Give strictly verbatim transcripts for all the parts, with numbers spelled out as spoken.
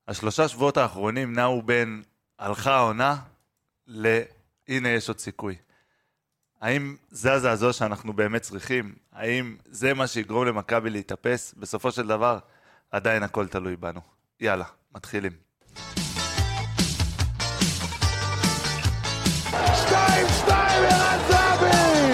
השלושה שבועות האחרונים נעו בין הלכה העונה ל... הנה יש עוד סיכוי. האם זה הזעזוע שאנחנו באמת צריכים? האם זה מה שיגרום למכבי להתאפס? בסופו של דבר, עדיין הכל תלוי בנו. יאללה, מתחילים. שתיים, שתיים, ערן זהבי!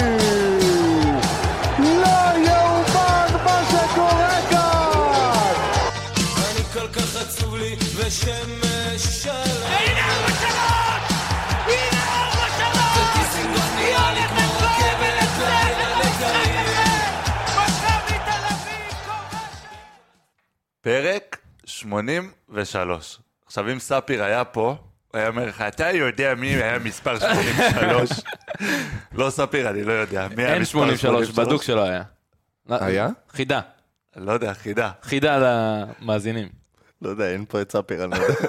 לא יאומן מה שקורה כאן! אני כל כך עצוב לי ושמש שלום. הנה ארבע שלוש! הנה ארבע שלוש! ודיסינגוף נראה לי כמו רכבת לילה לגליל. מכבי תל אביב כובשת! פרק שמונים ושלוש. עכשיו אם ספיר היה פה, הוא היה אומר לך, אתה יודע מי היה מספר שמונים ושלוש? לא ספיר, אני לא יודע. מי היה אין מספר שמונים ושלוש, בדוק שלו היה. היה? חידה. לא יודע, חידה. חידה למאזינים. לא יודע, אין פה את ספיר, אני לא יודע.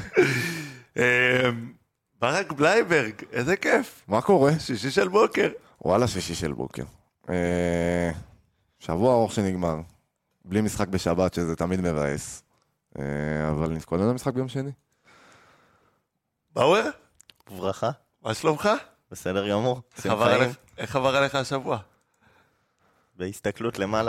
אמ, ברק בלייברג, איזה כיף. מה קורה? שישי של בוקר. וואלה, שישי של בוקר. אה, שבוע ארוך שנגמר. בלי משחק בשבת, שזה תמיד מבאס. אה, אבל נתכונן למשחק ביום שני. באואר, וברכה, מה שלומך? בסדר גמור. איך עבר עליך- איך עבר עליך השבוע? בהסתכלות למעלה.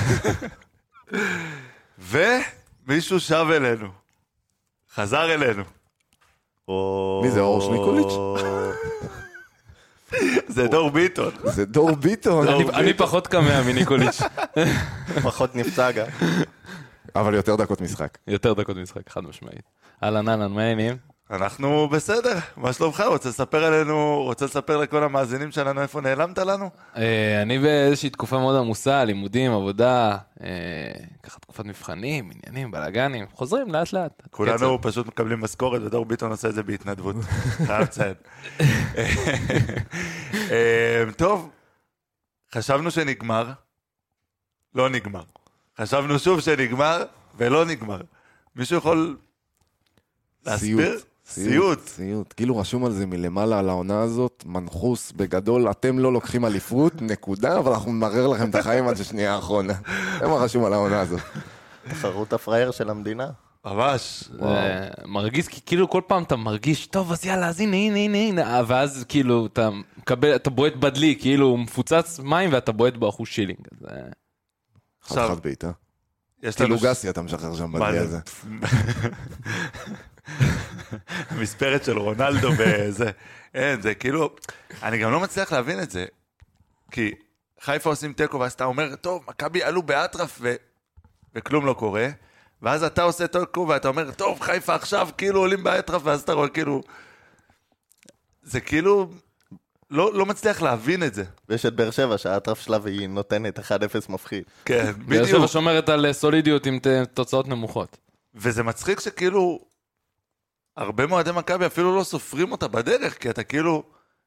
ומישהו שב אלינו. חזר אלינו. מי זה, אור שניקוליץ'? זה דור ביטון. זה דור ביטון. אני- אני פחות קמע מניקוליץ'. פחות נפצע גם. אבל יותר דקות משחק. יותר דקות משחק, חד משמעית. אהלן אהלן, מה העניינים? אנחנו בסדר. מה שלומך? רוצה לספר עלינו, רוצה לספר לכל המאזינים שלנו איפה נעלמת לנו? אה, אני באיזושהי תקופה מאוד עמוסה, לימודים, עבודה, אה, ככה תקופת מבחנים, עניינים, בלגנים, חוזרים לאט לאט. כולנו פשוט מקבלים משכורת, ודור ביטון עושה את זה בהתנדבות. חייב לציין. אה, טוב, חשבנו שנגמר, לא נגמר. חשבנו שוב שנגמר, ולא נגמר. מישהו יכול להסביר? סיוט. סיוט. כאילו רשום על זה מלמעלה על העונה הזאת, מנחוס בגדול, אתם לא לוקחים אליפות, נקודה, אבל אנחנו נמרר לכם את החיים עד ששנייה האחרונה. זה מה רשום על העונה הזאת. תחרות הפרייר של המדינה. ממש. אה, מרגיש, כי כאילו כל פעם אתה מרגיש, טוב, אז יאללה, אז הנה, הנה, הנה, הנה, ואז כאילו אתה מקבל, אתה בועט בדלי, כאילו הוא מפוצץ מים ואתה בועט באחוז שילינג. אז, אה, עכשיו, חד חד בעיטה. יש לנו... כאילו גסי אתה משחרר שם מה בדלי זה? הזה. מספרת של רונלדו וזה. אין, זה כאילו... אני גם לא מצליח להבין את זה. כי חיפה עושים טקו, ואז אתה אומר, טוב, מכבי עלו באטרף, ו... וכלום לא קורה. ואז אתה עושה טקו, ואתה אומר, טוב, חיפה עכשיו כאילו עולים באטרף, ואז אתה רואה כאילו... זה כאילו... לא, לא מצליח להבין את זה. ויש את באר שבע שהאטרף שלה והיא נותנת אחד אפס מפחיד. כן, באר שבע בדיוק. שומרת על סולידיות עם ת- תוצאות נמוכות. וזה מצחיק שכאילו... הרבה מועדי מכבי אפילו לא סופרים אותה בדרך, כי אתה כאילו...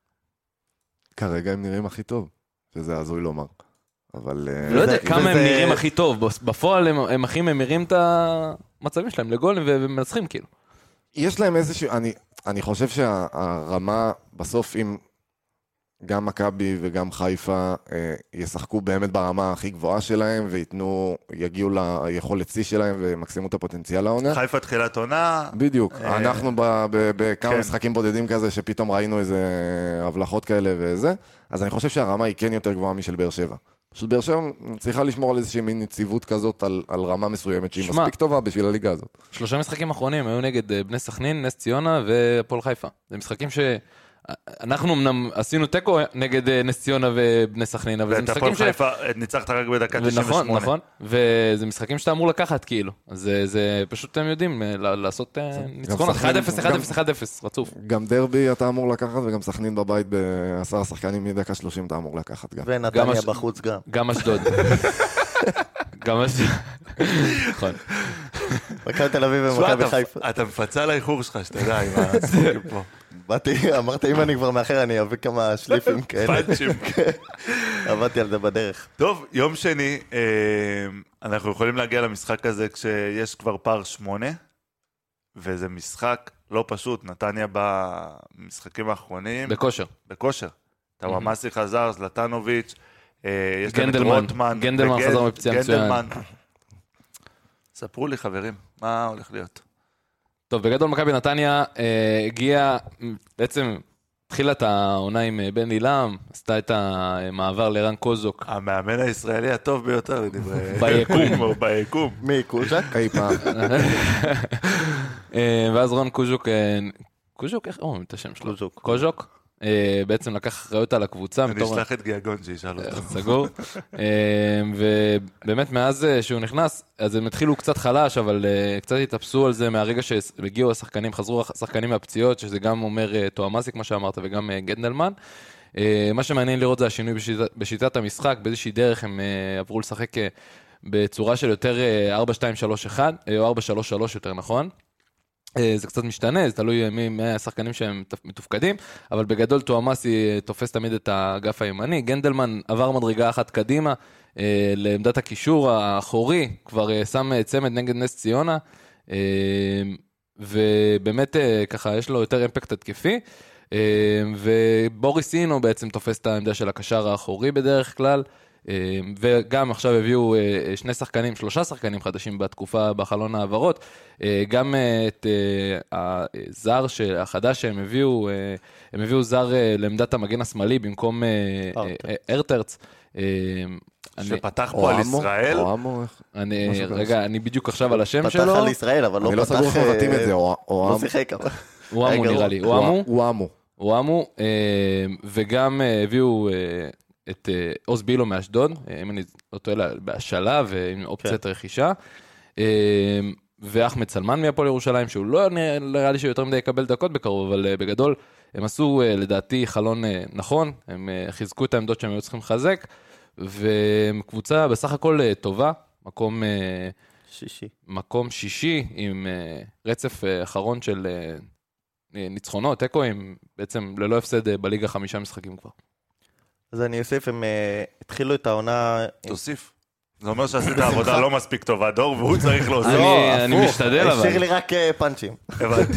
כרגע הם נראים הכי טוב, שזה הזוי לומר. אבל... אה, לא יודע וזה- כמה הם וזה- נראים הכי טוב, בפועל הם- הם הכי ממירים את המצבים שלהם לגולים ו- ומנצחים כאילו. יש להם איזשהו, אני, אני חושב שהרמה בסוף אם גם מכבי וגם חיפה אה, ישחקו באמת ברמה הכי גבוהה שלהם ויתנו, יגיעו ליכולת צי שלהם ומקסימו את הפוטנציאל העונה. חיפה תחילת עונה, בדיוק, אה, אנחנו ב- ב- בכמה כן. משחקים בודדים כזה שפתאום ראינו איזה הבלחות כאלה וזה, אז אני חושב שהרמה היא כן יותר גבוהה משל באר שבע. פשוט באר שבע צריכה לשמור על איזושהי מין נציבות כזאת על, על רמה מסוימת שהיא שמע. מספיק טובה בשביל הליגה הזאת. שלושה משחקים אחרונים היו נגד אה, בני סכנין, נס ציונה והפועל חיפה. זה משחקים שאנחנו אמנם עשינו טקו נגד אה, נס ציונה ובני סכנין, אבל זה ואת משחקים הפועל ש... חיפה ניצחת רק בדקה תשעים נכון, ושמונה. נכון, וזה משחקים שאתה אמור לקחת כאילו, אז זה, זה פשוט אתם יודעים אה, ל- לעשות אה, ניצחונות, סכנין, אחד אפס, אחד אפס, אחד אפס, רצוף. גם דרבי אתה אמור לקחת, וגם סכנין בבית בעשרה שחקנים מדקה שלושים אתה אמור לקחת גם. ונתניה הש- בחוץ גם. גם אשדוד. גם אשדוד. נכון. מכבי תל אביב תשמע, ומכבי אתה- חיפה. אתה מפצה על האיחור שלך, שתדע, עם הספוקים פה. באתי, אמרתי אם אני כבר מאחר אני אביא כמה שליפים כאלה. פאנצ'ים. עבדתי על זה בדרך. טוב, יום שני, אה, אנחנו יכולים להגיע למשחק הזה כשיש כבר פער שמונה, וזה משחק לא פשוט, נתניה במשחקים האחרונים, בכושר. בכושר. טוואמאסי חזר, זלטנוביץ', אה, יש להם את גנדלמן. רוטמן, גנדלמן וגנ- חזר מפציעה מצוין. גנדלמן. ספרו לי חברים, מה הולך להיות? טוב, בגדול מכבי נתניה אה, הגיעה, בעצם התחילה את העונה עם אה, בן אילם, עשתה את המעבר לרן קוזוק. המאמן הישראלי הטוב ביותר, לדברי... ביקום. ביקום. מי, קוז'ק? אי פעם. אה, ואז רון קוז'וק, אה, קוז'וק, איך אומרים את השם שלו? קוז'וק. קוז'וק. אה, בעצם לקח אחריות על הקבוצה. אני בתור- אשלח את גיאגון שישאל אותו. סגור. אה, ובאמת מאז אה, שהוא נכנס, אז הם התחילו קצת חלש, אבל אה, קצת התאפסו על זה מהרגע שהגיעו השחקנים, חזרו השחקנים מהפציעות, שזה גם אומר אה, תואמאסי, כמו שאמרת, וגם אה, גנדלמן. אה, מה שמעניין לראות זה השינוי בשיטת, בשיטת המשחק, באיזושהי דרך הם אה, עברו לשחק אה, בצורה של יותר אה, ארבע שתיים שלוש אחת, אה, או ארבע שלוש שלוש יותר נכון. אה, זה קצת משתנה, זה תלוי מי מהשחקנים שהם תפ- מתופקדים, אבל בגדול תואמאסי אה, תופס תמיד את האגף הימני, גנדלמן עבר מדרגה אחת קדימה, אה, לעמדת הקישור האחורי, כבר אה, שם אה, צמד נגד נס ציונה, אה, ובאמת אה, ככה יש לו יותר אימפקט התקפי, אה, ובוריס אינו בעצם תופס את העמדה של הקשר האחורי בדרך כלל, אה, וגם עכשיו הביאו אה, שני שחקנים, שלושה שחקנים חדשים בתקופה, בחלון העברות, אה, גם אה, את אה, הזר ש- החדש שהם הביאו, אה, הם הביאו זר אה, לעמדת המגן השמאלי במקום אה, ארטרץ. אה, ארטרץ. אה, אני- שפתח או פה על אמו, ישראל. או אמו, איך- אני, משהו כזה. רגע, אני בדיוק עכשיו על השם פתח שלו, על ישראל, אבל לא אני לא פתח... סגור איך מבטאים אה, את זה, או או לא אמו. שיחק, אבל... הוא אמו רגע, נראה לי, הוא אמו, הוא אמו. הוא אמו, אה, וגם אה, הביאו אה, את אה, עוז בילו מאשדוד, אה, אם אני לא טועה, בהשאלה ועם אופציית רכישה, אה, ואחמד סלמן מהפועל ירושלים, שהוא לא נראה נראה לי שיותר מדי יקבל דקות בקרוב, אבל אה, בגדול הם עשו אה, לדעתי חלון אה, נכון, הם אה, חיזקו את העמדות שהם היו צריכים לחזק, וקבוצה בסך הכל אה, טובה, מקום, אה, שישי. מקום שישי עם אה, רצף אה, אחרון של אה, ניצחונות, תיקואים, בעצם ללא הפסד אה, בליגה חמישה משחקים כבר. אז אני אוסיף, הם אה, התחילו את העונה... תוסיף. זה אומר שעשית עבודה לא מספיק טובה, דור, והוא צריך להוסיף. אני- אני הפוך, משתדל, אבל. השאיר לי רק אה, פאנצ'ים. הבנתי.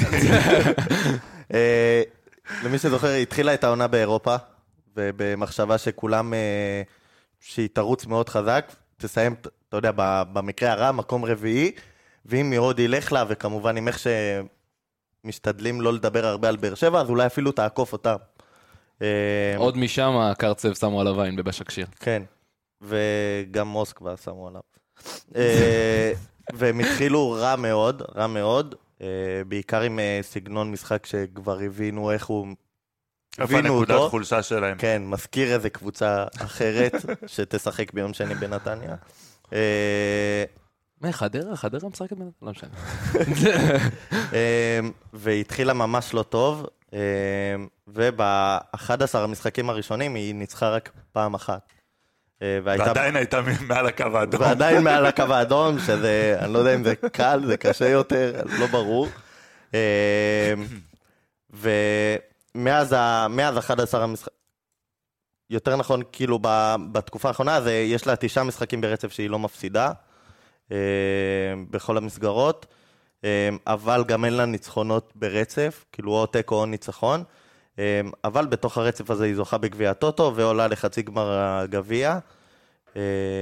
אה, למי שזוכר, היא התחילה את העונה באירופה, ובמחשבה שכולם, אה, שהיא תרוץ מאוד חזק, תסיים, אתה יודע, ב- במקרה הרע, מקום רביעי, ואם מאוד ילך לה, וכמובן עם איך שמשתדלים לא לדבר הרבה על באר שבע, אז אולי אפילו תעקוף אותם. אה, עוד משם הקרצב שמו עליו עין בבשקשיר. כן, וגם מוסקבה שמו עליו. אה, והם התחילו רע מאוד, רע מאוד, אה, בעיקר עם אה, סגנון משחק שכבר הבינו איך הוא... איפה הבינו הנקודת אותו. חולשה שלהם? כן, מזכיר איזה קבוצה אחרת שתשחק ביום שני בנתניה. אה, מה, חדרה? חדרה משחקת בנתניה? לא משנה. אה, והתחילה ממש לא טוב, אה, וב-אחד עשר המשחקים הראשונים היא ניצחה רק פעם אחת. אה, והייתה- ועדיין הייתה מעל הקו האדום. ועדיין מעל הקו האדום, שזה, אני לא יודע אם זה קל, זה קשה יותר, לא ברור. אה, ומאז ה- מאז אחד עשר המשחק... יותר נכון, כאילו, ב- בתקופה האחרונה, זה, יש לה תשעה משחקים ברצף שהיא לא מפסידה, אה, בכל המסגרות, אה, אבל גם אין לה ניצחונות ברצף, כאילו, או תיקו או ניצחון, אה, אבל בתוך הרצף הזה היא זוכה בגביע הטוטו, ועולה לחצי גמר הגביע. אה,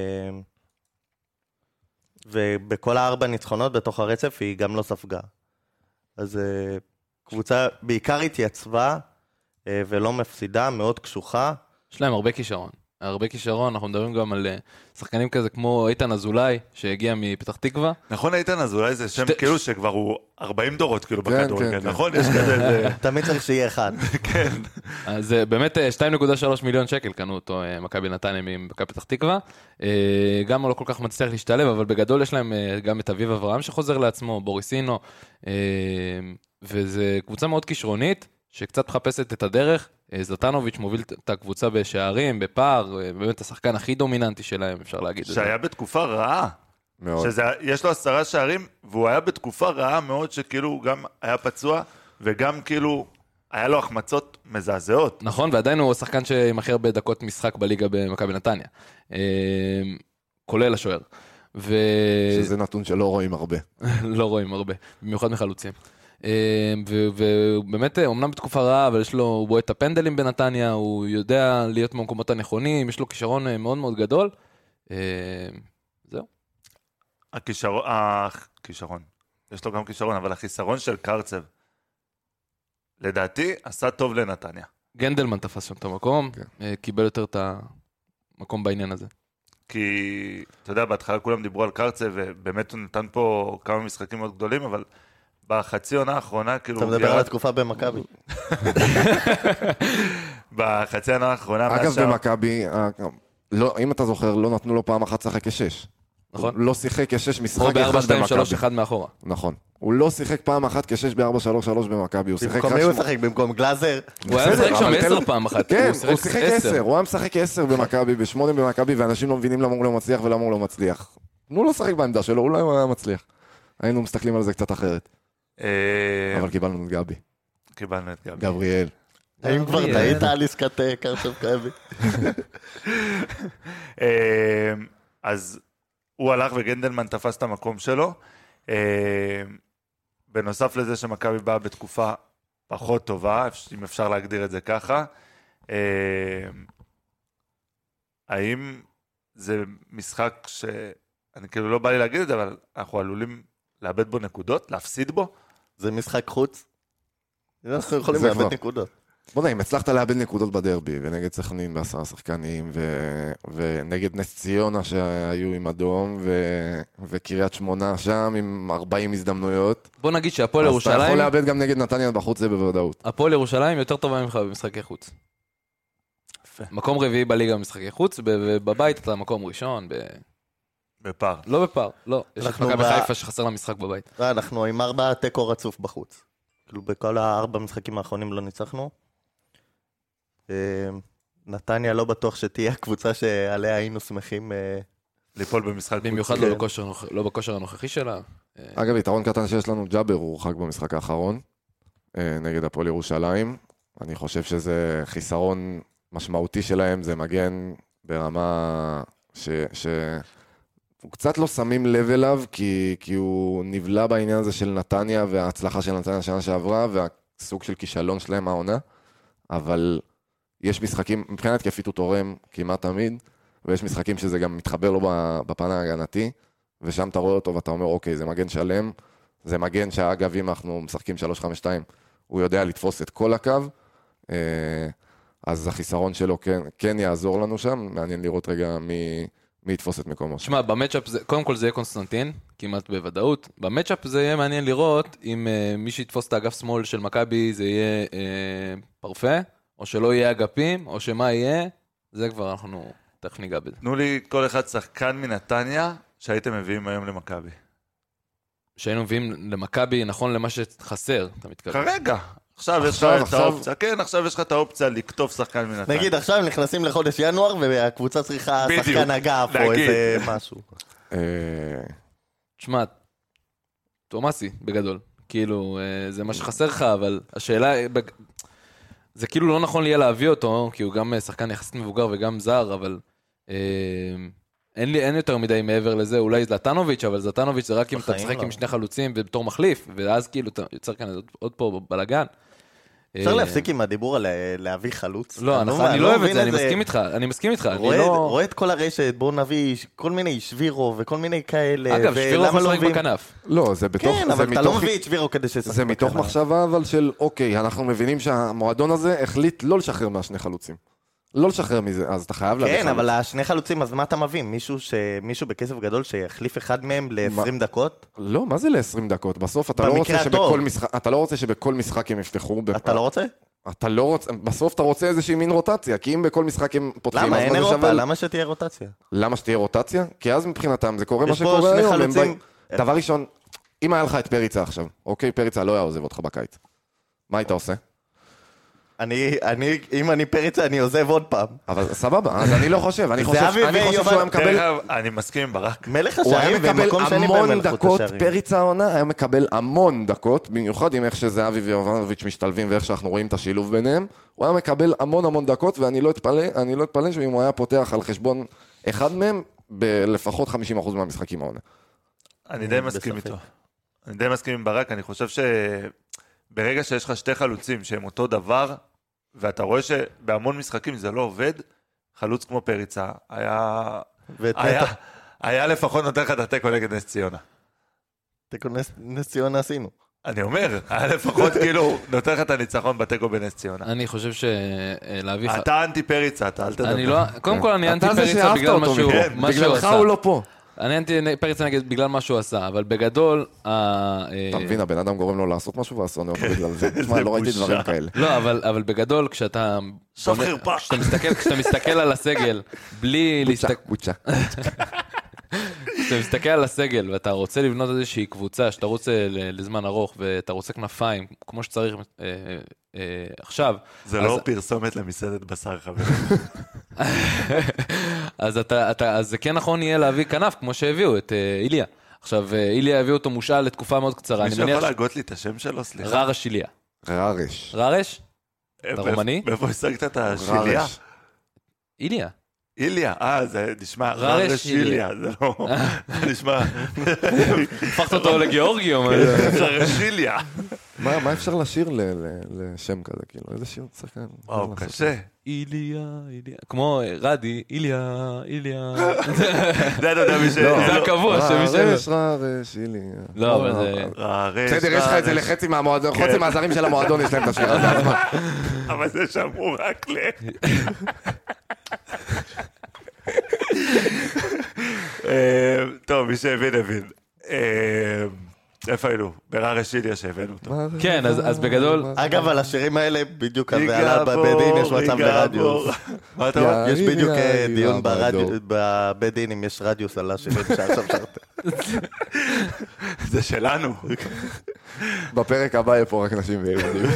ובכל הארבע ניצחונות בתוך הרצף היא גם לא ספגה. אז אה, קבוצה בעיקר התייצבה אה, ולא מפסידה, מאוד קשוחה. יש להם הרבה כישרון. הרבה כישרון, אנחנו מדברים גם על אה, שחקנים כזה כמו איתן אזולאי, שהגיע מפתח תקווה. נכון, איתן, אז אולי זה שם שתי- כאילו שכבר הוא ארבעים דורות כאילו כן, בכדורגל, כן, נכון? יש כזה, זה- תמיד צריך שיהיה אחד. כן. אז אה, באמת אה, שתיים נקודה שלוש מיליון שקל קנו אותו אה, מכבי נתניה ממכבי פתח תקווה. אה, גם הוא לא כל כך מצליח להשתלב, אבל בגדול יש להם אה, גם את אביב אברהם שחוזר לעצמו, בוריסינו, אה, וזו קבוצה מאוד כישרונית, שקצת מחפשת את הדרך. אה, זלטנוביץ' מוביל את הקבוצה בשערים, בפער, אה, באמת השחקן הכי דומיננטי שלהם, אפשר להגיד את זה. שהיה בתקופה רעה. מאוד. שזה, יש לו עשרה שערים, והוא היה בתקופה רעה מאוד, שכאילו הוא גם היה פצוע, וגם כאילו היה לו החמצות מזעזעות. נכון, ועדיין הוא השחקן שעם הכי הרבה דקות משחק בליגה במכבי נתניה. אה, כולל השוער. ו... שזה נתון שלא רואים הרבה. לא רואים הרבה, במיוחד מחלוצים. אה, ו- ובאמת, אה, אמנם בתקופה רעה, אבל יש לו, הוא בועט את הפנדלים בנתניה, הוא יודע להיות במקומות הנכונים, יש לו כישרון אה, מאוד מאוד גדול. אה, זהו. הכישרון, הכישרון. יש לו גם כישרון, אבל החיסרון של קרצב, לדעתי, עשה טוב לנתניה. גנדלמן תפס שם את המקום, אה, קיבל יותר את המקום בעניין הזה. כי, אתה יודע, בהתחלה כולם דיברו על קרצב, ובאמת הוא נתן פה כמה משחקים מאוד גדולים, אבל בחצי עונה האחרונה, כאילו... אתה מדבר על התקופה במכבי. בחצי העונה האחרונה... אגב, במכבי, אה, לא, אם אתה זוכר, לא נתנו לו פעם אחת שחק כשש. נכון. הוא לא שיחק כשש או משחק ב-ארבע אחד שתיים שלוש במכבי. אחד מאחורה. נכון. הוא לא שיחק פעם אחת כשש ב-ארבע שלוש שלוש במכבי. הוא שיחק במקום רק מי הוא שמונה. משחק? במקום גלאזר? הוא היה בסדר, משחק שם אבל תן עשר לו- פעם אחת. כן, הוא שיחק עשר. הוא היה משחק עשר במכבי, בשמונה במכבי, ואנשים לא מבינים למה הוא לא מצליח ולמה הוא לא מצליח. תנו לו לשחק בעמדה שלו, אולי הוא היה מצליח. היינו מסתכלים על זה קצת אחרת. אה, אבל קיבלנו את גבי. קיבלנו את גבי. גבריאל. האם כבר טעית על עסקת אה, קרצב קרבי? אה, אז הוא הלך וגנדלמן תפס את המקום שלו. אה, בנוסף לזה שמכבי באה בתקופה פחות טובה, אם אפשר להגדיר את זה ככה. אה, האם זה משחק שאני כאילו לא בא לי להגיד את זה, אבל אנחנו עלולים לאבד בו נקודות, להפסיד בו? זה משחק חוץ? אנחנו יכולים זה לאבד כבר. נקודות. בוא נעים, הצלחת לאבד נקודות בדרבי, ונגד סכנין בעשרה שחקנים, ו... ונגד נס ציונה שהיו עם אדום, ו... וקריית שמונה שם עם ארבעים הזדמנויות. בוא נגיד שהפועל אז אתה יכול ירושלים, לאבד גם נגד נתניה בחוץ, זה בוודאות. הפועל ירושלים יותר טובה ממך במשחקי חוץ. יפה. מקום רביעי בליגה במשחקי חוץ, ובבית אתה מקום ראשון, ב... בפער. לא בפער, לא. יש את אנחנו מכבי ב- חיפה שחסר לה משחק בבית. לא, אנחנו עם ארבע תיקו רצוף בחוץ. כאילו בכל הארבע משחקים האחרונים לא ניצחנו. אה, נתניה לא בטוח שתהיה הקבוצה שעליה היינו שמחים. אה, ליפול במשחק. במיוחד חוץ. לא בכושר הנוכ- לא בכושר הנוכחי שלה. אגב, יתרון קטן שיש לנו, ג'אבר הוא הורחק במשחק האחרון, אה, נגד הפועל ירושלים. אני חושב שזה חיסרון משמעותי שלהם, זה מגן ברמה ש... ש... הוא קצת לא שמים לב אליו, כי, כי הוא נבלה בעניין הזה של נתניה, וההצלחה של נתניה שנה שעברה, והסוג של כישלון שלהם העונה, אבל יש משחקים, מבחינת התקפית הוא תורם כמעט תמיד, ויש משחקים שזה גם מתחבר לו בפן ההגנתי, ושם אתה רואה אותו ואתה אומר, אוקיי, זה מגן שלם, זה מגן שאגב, אם אנחנו משחקים שלוש חמש שתיים, הוא יודע לתפוס את כל הקו, אז החיסרון שלו כן, כן יעזור לנו שם, מעניין לראות רגע מי... מי יתפוס את מקומו. שמע, במצ'אפ זה, קודם כל זה יהיה קונסטנטין, כמעט בוודאות. במצ'אפ זה יהיה מעניין לראות אם uh, מי שיתפוס את האגף שמאל של מכבי זה יהיה uh, פרפה, או שלא יהיה אגפים, או שמה יהיה, זה כבר אנחנו תכף ניגע בזה. תנו לי כל אחד שחקן מנתניה שהייתם מביאים היום למכבי. שהיינו מביאים למכבי נכון למה שחסר, אתה מתכוון. כרגע. עכשיו יש לך עכשיו, את עכשיו. האופציה, כן, עכשיו יש לך את האופציה לכתוב שחקן מנתניה. נגיד עכשיו הם נכנסים לחודש ינואר והקבוצה צריכה בדיוק. שחקן אגף או נגיד. איזה משהו. אה, תשמע, תומאסי בגדול, כאילו אה, זה מה שחסר לך, אבל השאלה, אה, בג- זה כאילו לא נכון לי יהיה להביא אותו, כי הוא גם אה, שחקן יחסית מבוגר וגם זר, אבל אה, אין לי, אין יותר מדי מעבר לזה, אולי זלטנוביץ', אבל זלטנוביץ' זה רק אם אתה בחיים משחק לא. עם שני חלוצים ובתור מחליף, ואז כאילו אתה יוצר כאן עוד, עוד פה בלגן. אפשר אה, להפסיק עם הדיבור על אה, להביא חלוץ? לא, אני אני, אני לא אוהב את מבין זה, אני מסכים איתך, אני מסכים איתך, אני רואה, לא... רואה את כל הרשת, בואו נביא כל מיני שבירו וכל מיני כאלה. אגב, שבירו ולמה לא משחק מביאים- בכנף. לא, זה בתוך... כן, זה אבל אתה לא מתוך- מביא את שבירו כדי שישחק זה מתוך בכנף. מחשבה אבל של, אוקיי, אנחנו מבינים שהמועדון הזה החליט לא לשחרר מהשני חלוצים. לא לשחרר מזה, אז אתה חייב להביא כן, חלוץ. אבל השני חלוצים, אז מה אתה מביא? מישהו ש- מישהו בכסף גדול שיחליף אחד מהם ל-עשרים דקות? לא, מה זה ל-עשרים דקות? בסוף אתה לא במקרה רוצה הטוב. שבכל משחק, אתה לא רוצה שבכל משחק הם יפתחו. ב- אתה לא רוצה? אתה לא רוצה, בסוף אתה רוצה איזושהי מין רוטציה, כי אם בכל משחק הם פותחים, למה? אז אין מה זה אירופה, שווה? למה שתהיה רוטציה? למה שתהיה רוטציה? כי אז מבחינתם זה קורה מה יש פה שקורה שני היום. הם חלוצים- באים- דבר ראשון, אם היה לך את פריצה עכשיו, אוקיי, פריצה לא היה עוזב אותך בקיץ. מה היית עושה? אני, אני, אם אני פריצה, אני עוזב עוד פעם. אבל סבבה, אז אני לא חושב, אני חושב זהבי אני חושב ויובל- שהוא היה מקבל... דרך אגב, אני מסכים עם ברק. מלך הוא היה השערים מקבל ומקום שני המון במלכות דקות, השערים. פריצה העונה היה מקבל המון דקות, במיוחד עם איך שזהבי ויובנוביץ' משתלבים ואיך שאנחנו רואים את השילוב ביניהם, הוא היה מקבל המון המון דקות, ואני לא אתפלא, אני לא אתפלא שאם הוא היה פותח על חשבון אחד מהם, בלפחות חמישים אחוז מהמשחקים העונה. אני די מסכים בספק. איתו. אני די מסכים עם ברק, אני חושב שברגע שיש לך שתי חלוצים שהם אותו דבר, ואתה רואה שבהמון משחקים זה לא עובד, חלוץ כמו פריצה, היה... ואת היה, נטע- היה לפחות נותן לך את התיקו נגד נס ציונה. תיקו נס- נס ציונה עשינו. אני אומר, היה לפחות כאילו, נותן לך את הניצחון בתיקו בנס ציונה. אני חושב שלהביא... אתה אנטי פריצה, אתה אל תדבר. אני לא... קודם כל אני אנטי אתה זה פריצה שאהבת בגלל מה אותו, שהוא כן, מה שהוא בגללך עשה. הוא לא פה. אני אנטי פריצה נגד בגלל מה שהוא עשה, אבל בגדול... אתה מבין, הבן אדם גורם לו לעשות משהו ועשו אותו בגלל זה. תשמע, לא ראיתי בושה. דברים כאלה. לא, אבל, אבל בגדול, כשאתה... סוף בונה- חרפה. כשאתה מסתכל, כשאתה מסתכל על הסגל, בלי בוצ'ה, להסתכל... בוצ'ה. כשאתה מסתכל על הסגל, ואתה רוצה לבנות איזושהי קבוצה, שאתה רוצה ל- לזמן ארוך, ואתה רוצה כנפיים, כמו שצריך אה, אה, עכשיו... זה אז- לא פרסומת למסעדת בשר, חברים. אז, אתה, אתה, אז זה כן נכון יהיה להביא כנף, כמו שהביאו את אה, איליה. עכשיו, אה, איליה הביאו אותו מושאל לתקופה מאוד קצרה, אני מישהו מניח... יכול להגות לי את השם שלו, סליחה? ררש איליה. ררש. ררש? אתה רומני? מאיפה השגת את השיליה? ררש. איליה. איליה, אה, זה נשמע ררש ררש איליה, זה לא... זה נשמע... הפכת אותו לגיאורגי או מה? ררש איליה. מה מה אפשר לשיר ל- ל- לשם כזה, כאילו? איזה שיר שחקן? וואו, קשה. איליה, איליה. כמו אה, רדי, איליה, איליה. זה אני יודע מי ש... לא. זה הקבוע שמי שלו. ררש, ררש, איליה. לא, אבל זה... ררש, בסדר, יש לך את זה ררש. לחצי מהמועדון, כן. חוץ מהזרים של המועדון יש להם את השיר הזה. אז מה? אבל זה שאמרו רק ל... אה, טוב, מי שהבין, הבין. אה, איפה היינו? בררש איליה שהבאנו אותו. כן, אז- אז בגדול- אגב, על השירים האלה, בדיוק על זה עלה יגבור, בבית דין, יש מצב יגבור. לרדיוס. מה אתה אומר? יש בדיוק יא, אה, יא, דיון יא, ברדיו- בדור. בבית דין, אם יש רדיוס על השירים שעכשיו שרת. זה שלנו. בפרק הבא יהיה פה רק נשים וילדים.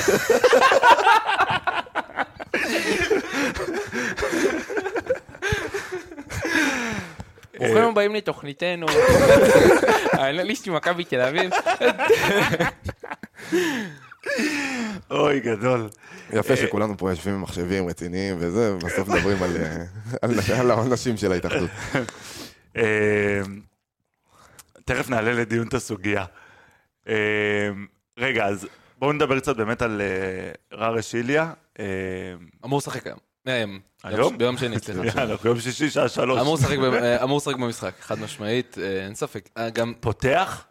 ברוכים הבאים לתוכניתנו. האנליסטים מכבי תל אביב. אוי, גדול. יפה שכולנו פה יושבים עם מחשבים רציניים וזה, ובסוף מדברים על, אה, על, על האנשים של ההתאחדות. אה, תכף נעלה לדיון את הסוגיה. אה, רגע, אז בואו נדבר קצת באמת על אה, ררש איליה. אה, אמור לשחק היום. אה, היום? ביום שני, סליחה. יאללה, אנחנו יום שישי, שעה שלוש. אמור לשחק ב- אה, אמור לשחק במשחק, חד משמעית, אה, אין ספק. אה, גם, פותח?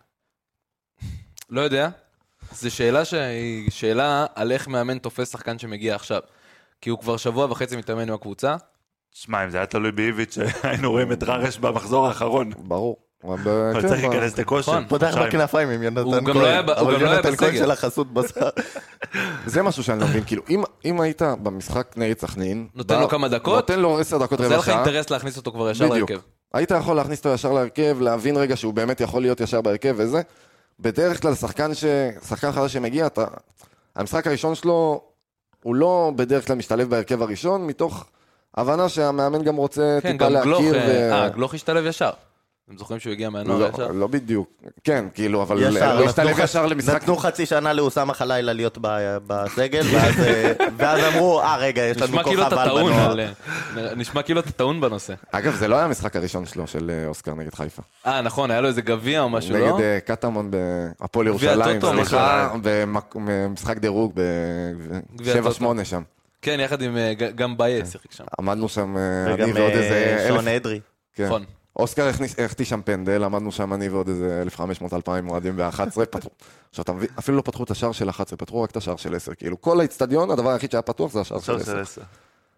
לא יודע, זו שאלה שהיא שאלה על איך מאמן תופס שחקן שמגיע עכשיו. כי הוא כבר שבוע וחצי מתאמן עם הקבוצה. שמע, אם זה היה תלוי באיביץ', היינו רואים את ררש במחזור האחרון. ברור. אבל ב- אבל כן, צריך ב- להיכנס לכושר. נכון. פותח חודשיים. בכנפיים עם הוא יונתן גם לא היה ב- כהן. הוא אבל גם לא היה יונתן כהן בסגל. של החסות בשר. זה משהו שאני לא מבין, כאילו, אם, אם היית במשחק נגד סכנין, נותן בא- לו כמה דקות, נותן לו עשר דקות אז היה רבע לך שעה, אינטרס להכניס אותו כבר ישר בדיוק. להרכב. היית יכול להכניס אותו ישר להרכב, להבין רגע שהוא באמת יכול להיות ישר בהרכב וזה. בדרך כלל שחקן, ש... שחקן חדש שמגיע, אתה... המשחק הראשון שלו, הוא לא בדרך כלל משתלב בהרכב הראשון, מתוך הבנה שהמאמן גם רוצה כן, טיפה גם גלוך, להכיר. אה, ו... גלוך השתלב ישר. אתם זוכרים שהוא הגיע מהנוער לא, ישר? לא בדיוק, כן, כאילו, אבל ישר, לא השתלב נתנו ישר ח- למשחק. נתנו חצי שנה לאוסאמה חלילה להיות ב- בסגל, ואז, אה, ואז אמרו, אה רגע, יש לנו נשמע כאילו כוכב אתה על טעון, בנוער. על- נשמע כאילו אתה טעון בנושא. אגב, זה לא היה המשחק הראשון שלו, של אה, אוסקר נגד חיפה. אה, נכון, היה לו איזה גביע או משהו, לא? נגד אה, קטמון בהפועל גביע ירושלים, טוטו, סליחה, במשחק דירוג גביע ב-שבע טוטו. שמונה שם. כן, יחד עם אה, ג- גם בייס שיחק שם. עמדנו שם, אה, וגם אני ועוד איזה אה, אלף... שון אדרי. כן. נכון. אוסקר הכניס- החטיא שם פנדל, עמדנו שם אני ועוד איזה אלף וחמש מאות אלפיים מועדים ב-אחת עשרה, פתחו. עכשיו אתה מבין, אפילו לא פתחו את השער של אחת עשרה, פתחו רק את השער של עשר. כאילו, כל האצטדיון, הדבר היחיד שהיה פתוח זה השער של עכשיו של עשר. עשר.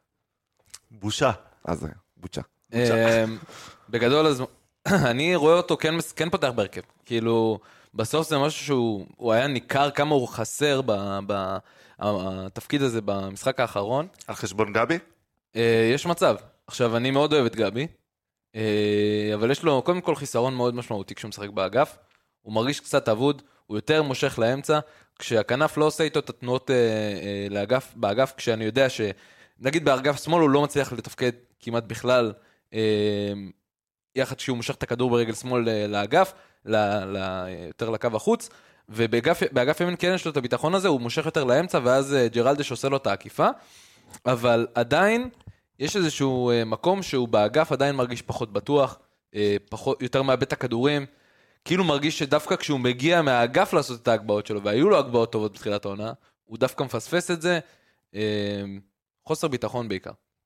בושה. אז אה, בוצ'ה. אה, בגדול, אז אני רואה אותו כן מס- כן פותח בהרכב. כאילו, בסוף זה משהו שהוא הוא היה ניכר כמה הוא חסר בתפקיד הזה במשחק האחרון. על חשבון גבי? אה, יש מצב. עכשיו, אני מאוד אוהב את גבי, אה, אבל יש לו קודם כל חיסרון מאוד משמעותי כשהוא משחק באגף. הוא מרגיש קצת אבוד, הוא יותר מושך לאמצע, כשהכנף לא עושה איתו את התנועות אה, אה, לאגף, באגף, כשאני יודע ש... נגיד באגף שמאל הוא לא מצליח לתפקד כמעט בכלל, אה, יחד שהוא מושך את הכדור ברגל שמאל אה, לאגף, ל, ל, יותר לקו החוץ, ובאגף ימין כן יש לו את הביטחון הזה, הוא מושך יותר לאמצע, ואז אה, ג'רלדש עושה לו את העקיפה, אבל עדיין יש איזשהו אה, מקום שהוא באגף עדיין מרגיש פחות בטוח, אה, פחות, יותר מאבד את הכדורים, כאילו מרגיש שדווקא כשהוא מגיע מהאגף לעשות את ההגבעות שלו, והיו לו הגבעות טובות בתחילת העונה, הוא דווקא מפספס את זה, אה, חוסר ביטחון בעיקר.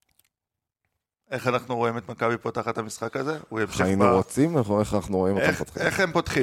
איך אנחנו רואים את מכבי פותחת המשחק הזה? הוא ימשיך היינו ב... רוצים, איך איך אנחנו רואים אותם איך- פותחים. איך הם פותחים?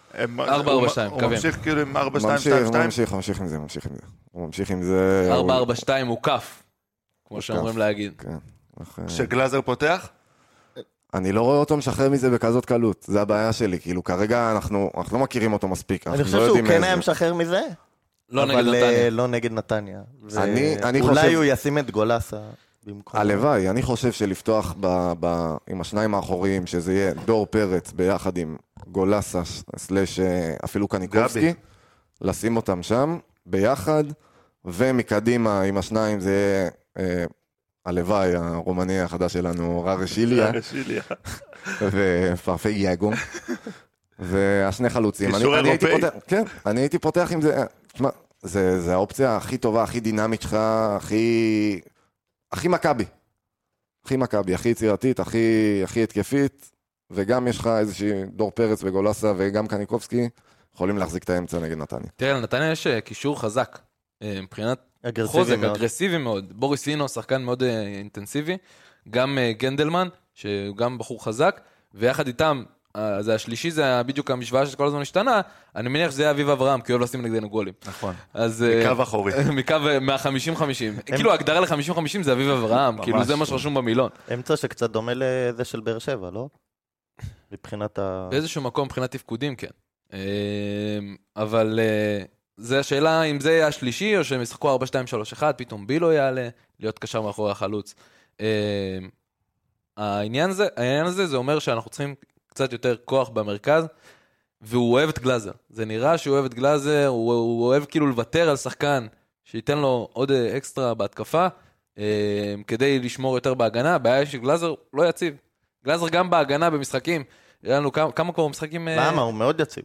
הם- ארבע, הוא- ארבע, שתיים, הוא קווים. ממשיך כאילו עם ארבע שתיים ממשיך, שתיים שתיים. ממשיך, ממשיך עם זה, ממשיך עם זה. הוא ממשיך עם זה... ארבע הוא- ארבע שתיים הוא כף, כמו הוא שאומרים כף. להגיד. כן. אחרי- שגלאזר פותח? אני לא רואה אותו משחרר מזה בכזאת קלות, זה הבעיה שלי, כאילו כרגע אנחנו אנחנו לא מכירים אותו מספיק, אני אנחנו חושב לא שהוא יודעים כן איזה. היה משחרר מזה, לא נגד אבל אה, נתניה. לא נגד נתניה. ו- אני- אני אולי חושב- הוא ישים את גולסה במקום. הלוואי, אני חושב שלפתוח ב, ב, עם השניים האחוריים, שזה יהיה דור פרץ ביחד עם גולסה סלש אה, אפילו קניקובסקי, גבי. לשים אותם שם ביחד, ומקדימה עם השניים זה יהיה אה, הלוואי, הרומני החדש שלנו, רר שיליה, שיליה. ופרפי יאגו, והשני חלוצים. קישור אני, אני הייתי אירופאי. פותח, כן, אני הייתי פותח עם זה, תשמע, זה, זה האופציה הכי טובה, הכי דינמית שלך, הכי, הכי מכבי. הכי מכבי, הכי יצירתית, הכי, הכי התקפית, וגם יש לך איזושהי דור פרץ וגולסה וגם קניקובסקי, יכולים להחזיק את האמצע נגד נתניה. תראה, לנתניה יש אה, קישור חזק, אה, מבחינת אגרסיבי חוזק, מאוד. אגרסיבי מאוד. בוריס אינו, שחקן מאוד אה, אינטנסיבי, גם אה, גנדלמן, שהוא גם בחור חזק, ויחד איתם, אה, זה השלישי, זה בדיוק המשוואה שכל הזמן השתנה, אני מניח שזה יהיה אביב אברהם, כי הוא לא לשים נגדנו גולים. נכון. אז... אה, מקו אחורי. מקו מה-חמישים חמישים. כאילו ההגדרה ל-חמישים חמישים זה אביב אברהם, כאילו זה מה שרשום במילון. אמצע שקצת דומה לזה של באר שבע, לא? מבחינת ה... באיזשהו מקום מבחינת תפקודים, כן. אה, אבל אה, זה השאלה אם זה יהיה השלישי, או שהם ישחקו ארבע שתיים שלוש אחת, פתאום בילו יעלה, להיות קשר מאחורי החלוץ. אה, העניין הזה, העניין הזה, זה אומר שאנחנו צריכים קצת יותר כוח במרכז, והוא אוהב את גלאזר. זה נראה שהוא אוהב את גלאזר, הוא, הוא אוהב כאילו לוותר על שחקן, שייתן לו עוד אקסטרה בהתקפה, אה, כדי לשמור יותר בהגנה. הבעיה שגלאזר לא יציב. גלאזר גם בהגנה במשחקים, היה לנו כמה, כמה כבר משחקים... אה, למה? הוא מאוד יציב.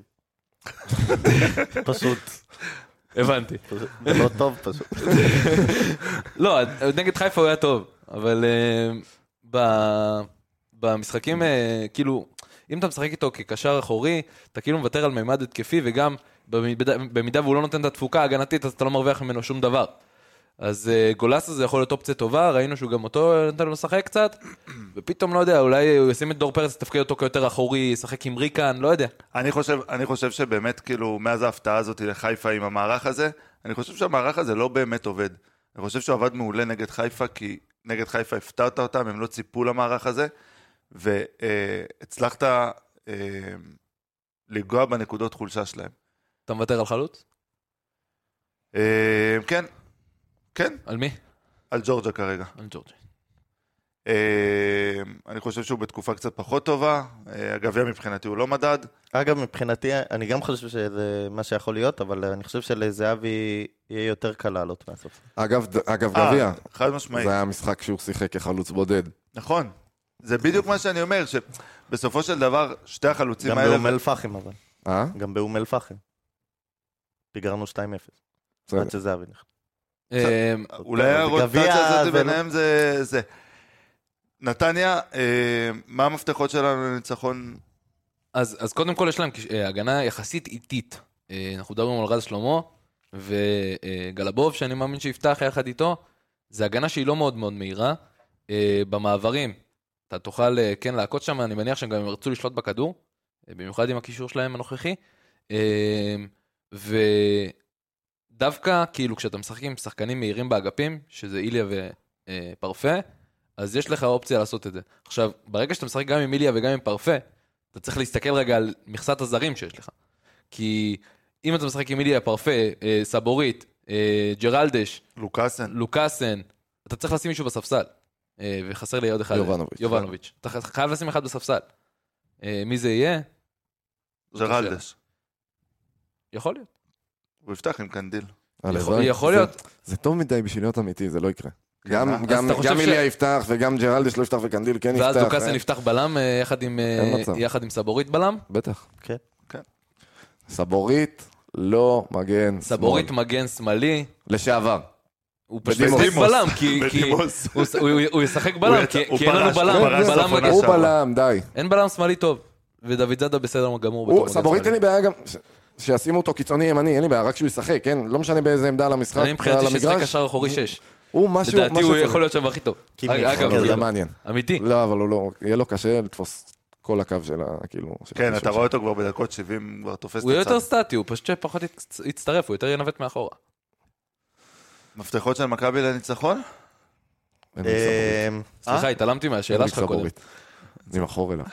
פשוט. הבנתי. זה לא טוב פשוט. לא, נגד חיפה הוא היה טוב, אבל אה, ב- במשחקים, אה, כאילו, אם אתה משחק איתו כקשר אחורי, אתה כאילו מוותר על מימד התקפי, וגם במידה, במידה והוא לא נותן את התפוקה ההגנתית, אז אתה לא מרוויח ממנו שום דבר. אז uh, גולסה זה יכול להיות אופציה טובה, ראינו שהוא גם אותו נתן לו לשחק קצת, ופתאום לא יודע, אולי הוא ישים את דור פרץ, תפקיד אותו כיותר אחורי, ישחק עם ריקן, לא יודע. אני חושב, אני חושב שבאמת, כאילו, מאז ההפתעה הזאת לחיפה עם המערך הזה, אני חושב שהמערך הזה לא באמת עובד. אני חושב שהוא עבד מעולה נגד חיפה, כי נגד חיפה הפתעת אותם, הם לא ציפו למערך הזה, והצלחת אה, לגוע בנקודות חולשה שלהם. אתה מוותר על חלוץ? אה, כן, כן, על מי? על ג'ורג'ה כרגע. על ג'ורג'י. אה, אני חושב שהוא בתקופה קצת פחות טובה, אה, הגביע מבחינתי הוא לא מדד. אגב, מבחינתי, אני גם חושב שזה מה שיכול להיות, אבל אני חושב שלזהבי יהיה יותר קל לעלות מהסוף. אגב, ד- אגב אה, גביע, חד משמעית. זה היה משחק שהוא שיחק כחלוץ בודד. נכון. זה בדיוק מה שאני אומר, שבסופו של דבר, שתי החלוצים גם האלה... באום אל-פחם, אבל. אה? גם באום אל-פחם. פיגרנו שתיים אפס. בסדר. עד שזהבי נכנס. אה, אולי הרוטציה הזאת ביניהם זה... זה. נתניה, אה, מה המפתחות שלנו לניצחון? אז, אז קודם כל יש להם אה, הגנה יחסית איטית. אה, אנחנו מדברים על רז שלמה וגלבוב, שאני מאמין שיפתח יחד איתו. זה הגנה שהיא לא מאוד מאוד מהירה. אה, במעברים, אתה תוכל אה, כן להכות שם, אני מניח שהם גם ירצו לשלוט בכדור, אה, במיוחד עם הקישור שלהם הנוכחי. אה, ודווקא, כאילו, כשאתה משחק עם שחקנים מהירים באגפים, שזה איליה ופרפה, אז יש לך אופציה לעשות את זה. עכשיו, ברגע שאתה משחק גם עם איליה וגם עם פרפה, אתה צריך להסתכל רגע על מכסת הזרים שיש לך. כי אם אתה משחק עם איליה, פרפה, אה, סבורית, אה, ג'רלדש, לוקאסן. לוקאסן, אתה צריך לשים מישהו בספסל. אה, וחסר לי עוד אחד. יובנוביץ'. יובנוביץ'. אתה חייב לשים אחד בספסל. אה, מי זה יהיה? זאת השאלה. ג'רלדש. יכול להיות. הוא יפתח עם קנדיל. הלוואי. יכול זה- להיות. זה טוב מדי בשביל להיות אמיתי, זה לא יקרה. אה? גם אז גם- אתה חושב גם ש- איליה יפתח וגם ג'רלדש לא יפתח וקנדיל כן יפתח. ואז לוקאסן אה, יפתח בלם אה, יחד עם, אה, אין מצב. יחד עם סבורית בלם. בטח. כן. סבורית, לא מגן. סבורית שמאל. מגן שמאלי. לשעבר. הוא פשוט בדימוס. ישחק בלם, כי... כי- בדימוס. הוא- הוא- הוא ישחק בלם, יצא- כי הוא כי אין לנו פרש, הוא בלם. פרש בלם בסוף מגן. הוא שעברה. בלם, די. אין בלם שמאלי טוב. ודוד זאדה בסדר גמור. הוא- בתור מגן סבורית אין שמאלי. לי בעיה גם, ש- שישימו אותו קיצוני ימני, אין לי בעיה, רק שהוא ישחק, כן? לא משנה באיזה עמדה על המשחק, אני מבחינתי על שישחק המגרש. קשר אחורי שש. הוא משהו, לדעתי מה הוא שצריך. יכול להיות שם הכי טוב. קימיך. אגב, אבל זה כאילו, מעניין. אמיתי. לא, אבל הוא לא, יהיה לו קשה לתפוס כל הקו של ה... כאילו... של כן, הקישור אתה שם. רואה אותו כבר בדקות שבעים, כבר תופס את הוא יהיה הצד. יותר סטטי, הוא פשוט שפחות יצ- יצטרף, הוא יותר ינווט מאחורה. מפתחות של מכבי לניצחון? אין לי סבורית. אמ, סליחה, התעלמתי אין מהשאלה לי שלך קודם. סבורית. אני מחור אליו.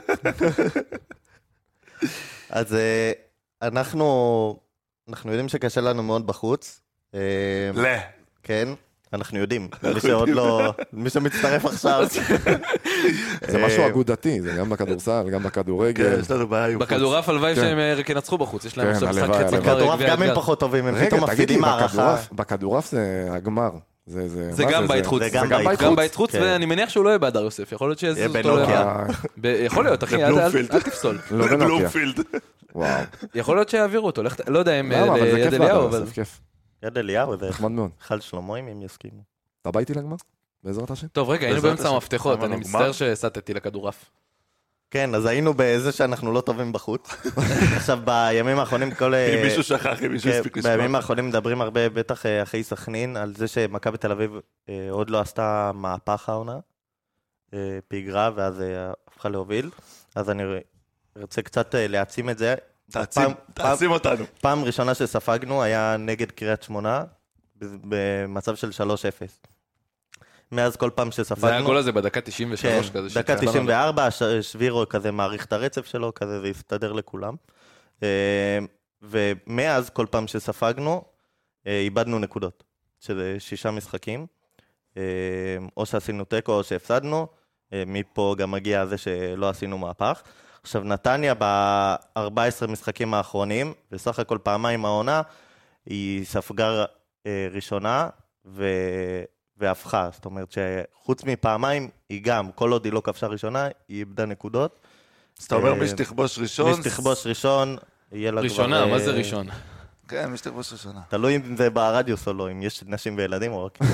אז אה, אנחנו אנחנו יודעים שקשה לנו מאוד בחוץ. אמ, לא. כן, אנחנו יודעים. מי שעוד לא... מי שמצטרף עכשיו. זה משהו אגודתי, זה גם בכדורסל, גם כן, בכדורגל. יש לנו בעיה. בכדורעף הלוואי כן. שהם אה, ינצחו בחוץ, יש להם כן, עכשיו משחק הלוואי, חצי הלוואי. גמר בכדורעף גביע גם הם אתגר. פחות טובים, הם רגע, פתאום תגיד לי, מפסידים הערכה. בכדורעף- בכדורעף זה הגמר. זה זה- זה מה גם בית חוץ, זה גם זה בית גם חוץ. בית חוץ, כן. ואני מניח שהוא לא יהיה בהדר יוסף, יכול להיות יהיה שיזוז אותו... בנוקיה. אה, ב- יכול להיות, אחי, אל- אל בבלומפילד. אל תפסול. לא בנוקיה. בלומפילד. וואו. יכול להיות שיעבירו אותו, לך ת- לא יודע אם אה, למה, אבל זה ליד כיף אליהו, בהדר, אבל... זה כיף. יד אליהו, זה נחמד מאוד. חל שלמה אם הם יסכימו. אתה בא איתי לגמר? בעזרת השם? טוב, רגע, היינו בעזרת באמצע השם. המפתחות, אמרנו, אני גמר? מצטער שהסטתי לכדורעף. כן, אז היינו בזה שאנחנו לא טובים בחוץ. עכשיו, בימים האחרונים כל... אם מישהו שכח, אם מישהו כן, הספיק לשמוע. בימים האחרונים מדברים הרבה, בטח אה, אחרי סכנין, על זה שמכבי תל אביב אה, עוד לא עשתה מהפך העונה, אה, פיגרה, ואז אה, הפכה להוביל. אז אני רוצה קצת אה, להעצים את זה. תעצים, פעם- תעצים אותנו. פעם ראשונה שספגנו היה נגד קריית שמונה, ב- במצב של שלוש אפס. מאז כל פעם שספגנו... זה היה הגול הזה בדקה תשעים ושלוש כן, כזה. דקה שהתחלנו. תשעים וארבע, ש- שבירו כזה מעריך את הרצף שלו, כזה זה יסתדר לכולם. אה, ומאז כל פעם שספגנו, אה, איבדנו נקודות, שזה שישה משחקים. אה, או שעשינו תיקו או שהפסדנו, אה, מפה גם מגיע זה שלא עשינו מהפך. עכשיו נתניה ב-ארבעה עשר משחקים האחרונים, בסך הכל פעמיים העונה, היא ספגה אה, ראשונה ו... והפכה, זאת אומרת שחוץ מפעמיים, היא גם, כל עוד היא לא כבשה ראשונה, היא איבדה נקודות. אז אתה אומר אה, מי שתכבוש ראשון. מי שתכבוש ראשון, יהיה לה כבר... ראשונה, מה זה אה, ראשון? כן, מי שתכבוש ראשונה. תלוי אם זה ברדיוס או לא, אם יש נשים וילדים או רק...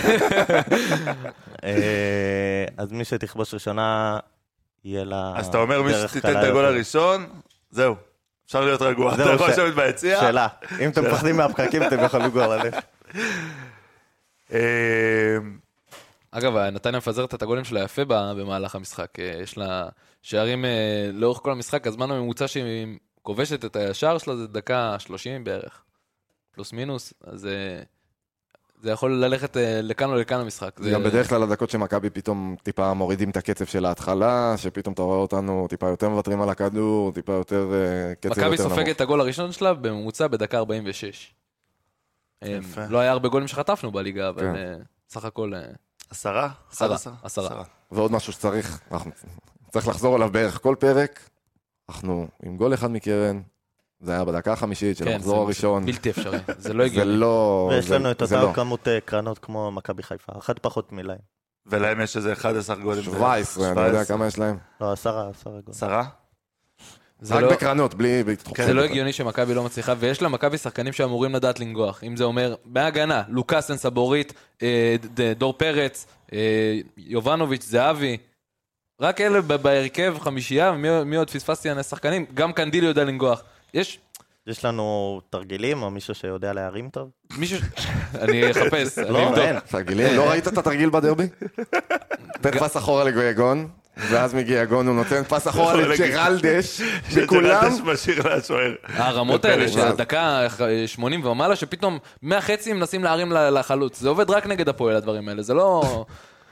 אה, אז מי שתכבוש ראשונה, יהיה לה... אז אתה אומר מי דרך שתיתן קלה את הגול יותר. הראשון, זהו. אפשר להיות רגוע. זהו, אתה יכול ש- לשבת ביציע. שאלה, אם אתם מפחדים מהפקקים, אתם יכולים גול עליך. אה, אגב, נתניה מפזרת את הגולים שלה יפה ב- במהלך המשחק. אה, יש לה שערים אה, לאורך כל המשחק, הזמן הממוצע שהיא כובשת את השער שלה זה דקה שלושים בערך. פלוס מינוס, אז אה, זה יכול ללכת אה, לכאן או לכאן המשחק. זה גם בדרך כלל הדקות שמכבי פתאום טיפה מורידים את הקצב של ההתחלה, שפתאום אתה רואה אותנו טיפה יותר מוותרים על הכדור, טיפה יותר אה, קצב יותר מכבי נמוך. סופגת את הגול הראשון שלה בממוצע בדקה ארבעים ושש. אה, יפה. לא היה הרבה גולים שחטפנו בליגה, אבל כן. אה, סך הכל אה, עשרה? עשרה, אחד עשרה. ועוד משהו שצריך, אנחנו צריך לחזור עליו בערך כל פרק, אנחנו עם גול אחד מקרן, זה היה בדקה החמישית של כן, המחזור זה הראשון, בלתי אפשרי, זה לא זה הגיוני. לא... ויש זה- לנו את זה אותה לא. כמות אה, קרנות כמו מכבי חיפה, אחת פחות מלהם. ולהם יש איזה אחד עשר גולים. שבע עשרה, אני יודע כמה יש להם. לא, עשרה, עשרה גול. עשרה? זה רק לא- בקרנות, בלי... בהתחכמות. זה לא הגיוני שמכבי לא מצליחה, ויש לה מכבי שחקנים שאמורים לדעת לנגוח. אם זה אומר, בהגנה, לוקאסן, סבורית, אה, ד- דור פרץ, אה, יובנוביץ', זהבי, רק אלה ב- בהרכב חמישייה, מי, מי עוד פספסתי על השחקנים? גם קנדיל יודע לנגוח. יש יש לנו תרגילים או מישהו שיודע להרים טוב? מישהו... אני אחפש, אני לא, אבדוק. אין. תרגילים, לא ראית את התרגיל בדרבי? תן פס אחורה לגויגון, ואז מגיע גון, הוא נותן פס אחורה לג'רלדש, שכולם... שג'רלדש משאיר לשוער. הרמות האלה בפרץ. שהדקה שמונים ומעלה, שפתאום מהחצי מנסים להרים ל- לחלוץ. זה עובד רק נגד הפועל הדברים האלה, זה לא...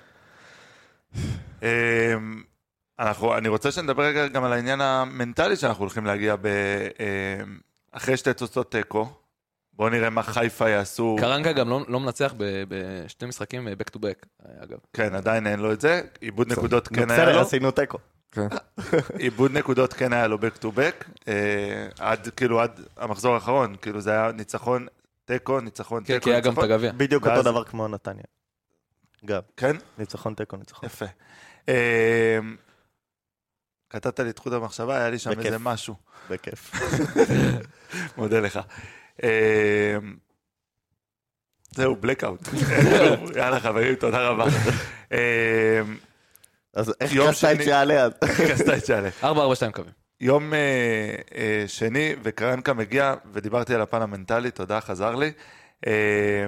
אמ, אנחנו, אני רוצה שנדבר רגע גם על העניין המנטלי שאנחנו הולכים להגיע ב... אמ, אחרי שתי תוצאות תיקו. בואו נראה מה חיפה יעשו. קרנקה גם לא, לא מנצח ב- בשתי משחקים back to back, אגב. כן, עדיין אין לו את זה. איבוד נקודות כן היה בסדר, לו. עשינו תיקו. איבוד נקודות כן היה לו back to back. אה, עד, כאילו, עד המחזור האחרון. כאילו, זה היה ניצחון, תיקו, ניצחון, כן, תיקו, כי היה גם את ניצחון. הגביע. בדיוק ואז- אותו דבר כמו נתניה. גם, כן? ניצחון תיקו, ניצחון. יפה. אה, קטעת לי את חוט המחשבה, היה לי שם בכיף. איזה משהו. בכיף. מודה לך. אה, זהו, בלקאוט. יאללה חברים, תודה רבה. אה, אז איך יום קסטייט שני- שיעלה אז? קסטייט שעלה. ארבע ארבע שתיים קווים. יום אה, אה, שני, וקרנקה מגיע, ודיברתי על הפן המנטלי, תודה, חזר לי. אה,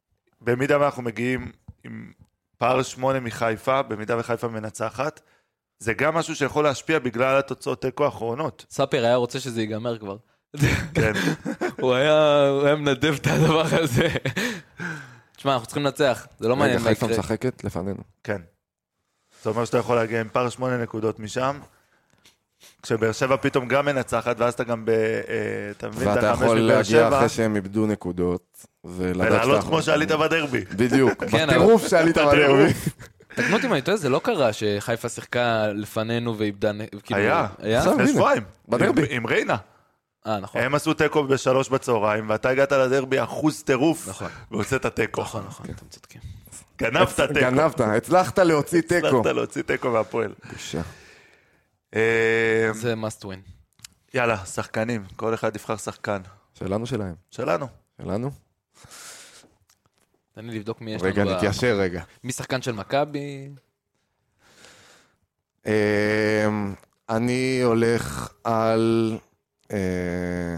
במידה ואנחנו מגיעים עם פער שמונה מחיפה, במידה וחיפה מנצחת, זה גם משהו שיכול להשפיע בגלל התוצאות תיקו האחרונות. ספיר היה רוצה שזה ייגמר כבר. כן. הוא היה הוא היה מנדב את הדבר הזה. תשמע, אנחנו צריכים לנצח, זה לא מעניין רגע, מה חיפה יקרה. משחקת לפנינו. כן. זה אומר שאתה יכול להגיע עם פער שמונה נקודות משם, כשבאר שבע פתאום גם מנצחת, ואז אתה גם ב... אתה מבין, ואתה אתה חמש יכול מבאר להגיע שבע, אחרי שהם איבדו נקודות, ולדעת ולעלות שאתה- כמו שעלית בדרבי. בדיוק, כן, בטירוף שעלית בדרבי. תקנו אותי מה אני טועה, זה לא קרה שחיפה שיחקה לפנינו ואיבדה... כאילו, היה, היה? עכשיו, לפני הנה. שבועיים, בדרבי. עם- עם ריינה. אה, נכון. הם עשו תיקו בשלוש בצהריים, ואתה הגעת לדרבי אחוז טירוף, נכון. והוצאת תיקו. נכון, נכון, אתם צודקים. גנבת תיקו. גנבת, הצלחת להוציא תיקו. הצלחת להוציא תיקו מהפועל. בושה. אה, זה must win. יאללה, שחקנים, כל אחד יבחר שחקן. שלנו שלהם. שלנו. שלנו? תן לי לבדוק מי יש רגע, לנו. ב- נתיישר רגע. מי שחקן של מכבי? אמ, אני הולך על אה,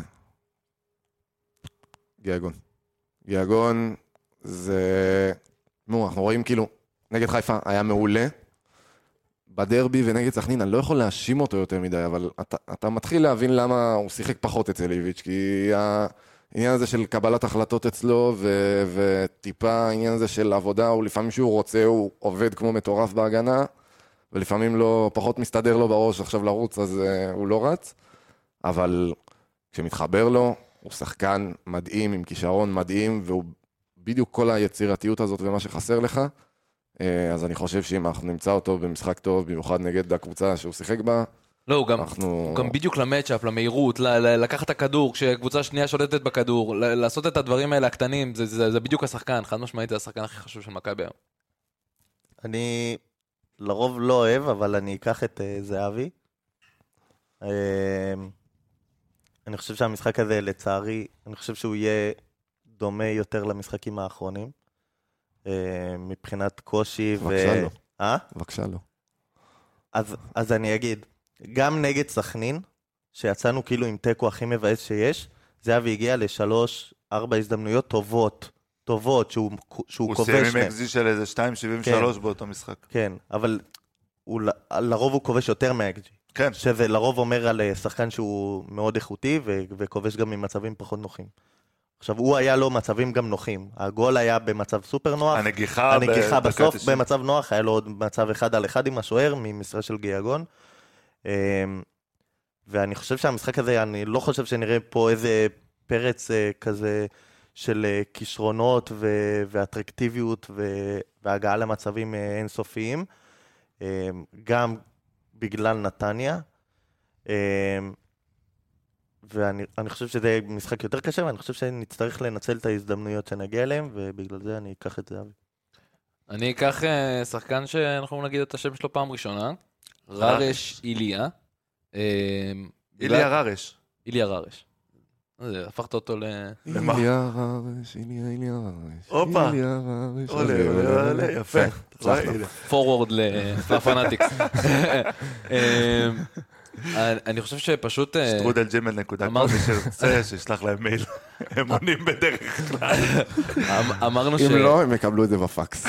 גיאגון. גיאגון זה... נו, אנחנו רואים כאילו, נגד חיפה היה מעולה. בדרבי ונגד סכנין, אני לא יכול להאשים אותו יותר מדי, אבל אתה, אתה מתחיל להבין למה הוא שיחק פחות אצל איביץ', כי העניין הזה של קבלת החלטות אצלו, ו, וטיפה העניין הזה של עבודה, הוא לפעמים שהוא רוצה, הוא עובד כמו מטורף בהגנה, ולפעמים לא, פחות מסתדר לו בראש עכשיו לרוץ, אז uh, הוא לא רץ, אבל כשמתחבר לו, הוא שחקן מדהים, עם כישרון מדהים, והוא בדיוק כל היצירתיות הזאת ומה שחסר לך, אז אני חושב שאם אנחנו נמצא אותו במשחק טוב, במיוחד נגד הקבוצה שהוא שיחק בה, לא, הוא גם, אנחנו... הוא גם בדיוק למצ'אפ, למהירות, ל- ל- לקחת את הכדור, כשקבוצה שנייה שולטת בכדור, ל- לעשות את הדברים האלה הקטנים, זה, זה, זה בדיוק השחקן, חד משמעית זה השחקן הכי חשוב של מכבי היום. אני לרוב לא אוהב, אבל אני אקח את uh, זהבי. Uh, אני חושב שהמשחק הזה, לצערי, אני חושב שהוא יהיה דומה יותר למשחקים האחרונים. Uh, מבחינת קושי ו... בבקשה לא. אה? בבקשה לא. אז, אז אני אגיד, גם נגד סכנין, שיצאנו כאילו עם טקו הכי מבאס שיש, זהבי הגיע לשלוש, ארבע הזדמנויות טובות, טובות, שהוא, שהוא הוא כובש סיים עם להם. אקזי של איזה שתיים שבעים ושלוש באותו משחק. כן, אבל הוא, לרוב הוא כובש יותר מהאקג'י. כן. שזה לרוב אומר על שחקן שהוא מאוד איכותי, ו- וכובש גם ממצבים פחות נוחים. עכשיו, הוא היה לו מצבים גם נוחים. הגול היה במצב סופר נוח. הנגיחה, הנגיחה בדקה בסוף תשעים. במצב נוח, היה לו עוד מצב אחד על אחד עם השוער, ממשרה של גיאגון. ואני חושב שהמשחק הזה, אני לא חושב שנראה פה איזה פרץ כזה של כישרונות ו- ואטרקטיביות ו- והגעה למצבים אינסופיים. גם בגלל נתניה. ואני אני חושב שזה משחק יותר קשה, ואני חושב שנצטרך לנצל את ההזדמנויות שנגיע אליהם, ובגלל זה אני אקח את זה. אני אקח uh, שחקן שאנחנו נגיד את השם שלו פעם ראשונה, ררש איליה. Uh, איליה ררש. איליה ררש. זה, הפכת אותו ל... למה? איליה ררש, איליה, איליה ררש. הופה. איליה ררש. עולה, עולה, עולה, יפה. הצלחנו. פורוורד לפנאטיקס. אני חושב שפשוט... אה, שטרודל ג'ימל נקודה קום, אמרתי- מי שרוצה, שישלח להם מייל. הם עונים בדרך כלל. אמ- אמרנו ש... אם לא, הם יקבלו את זה בפקס.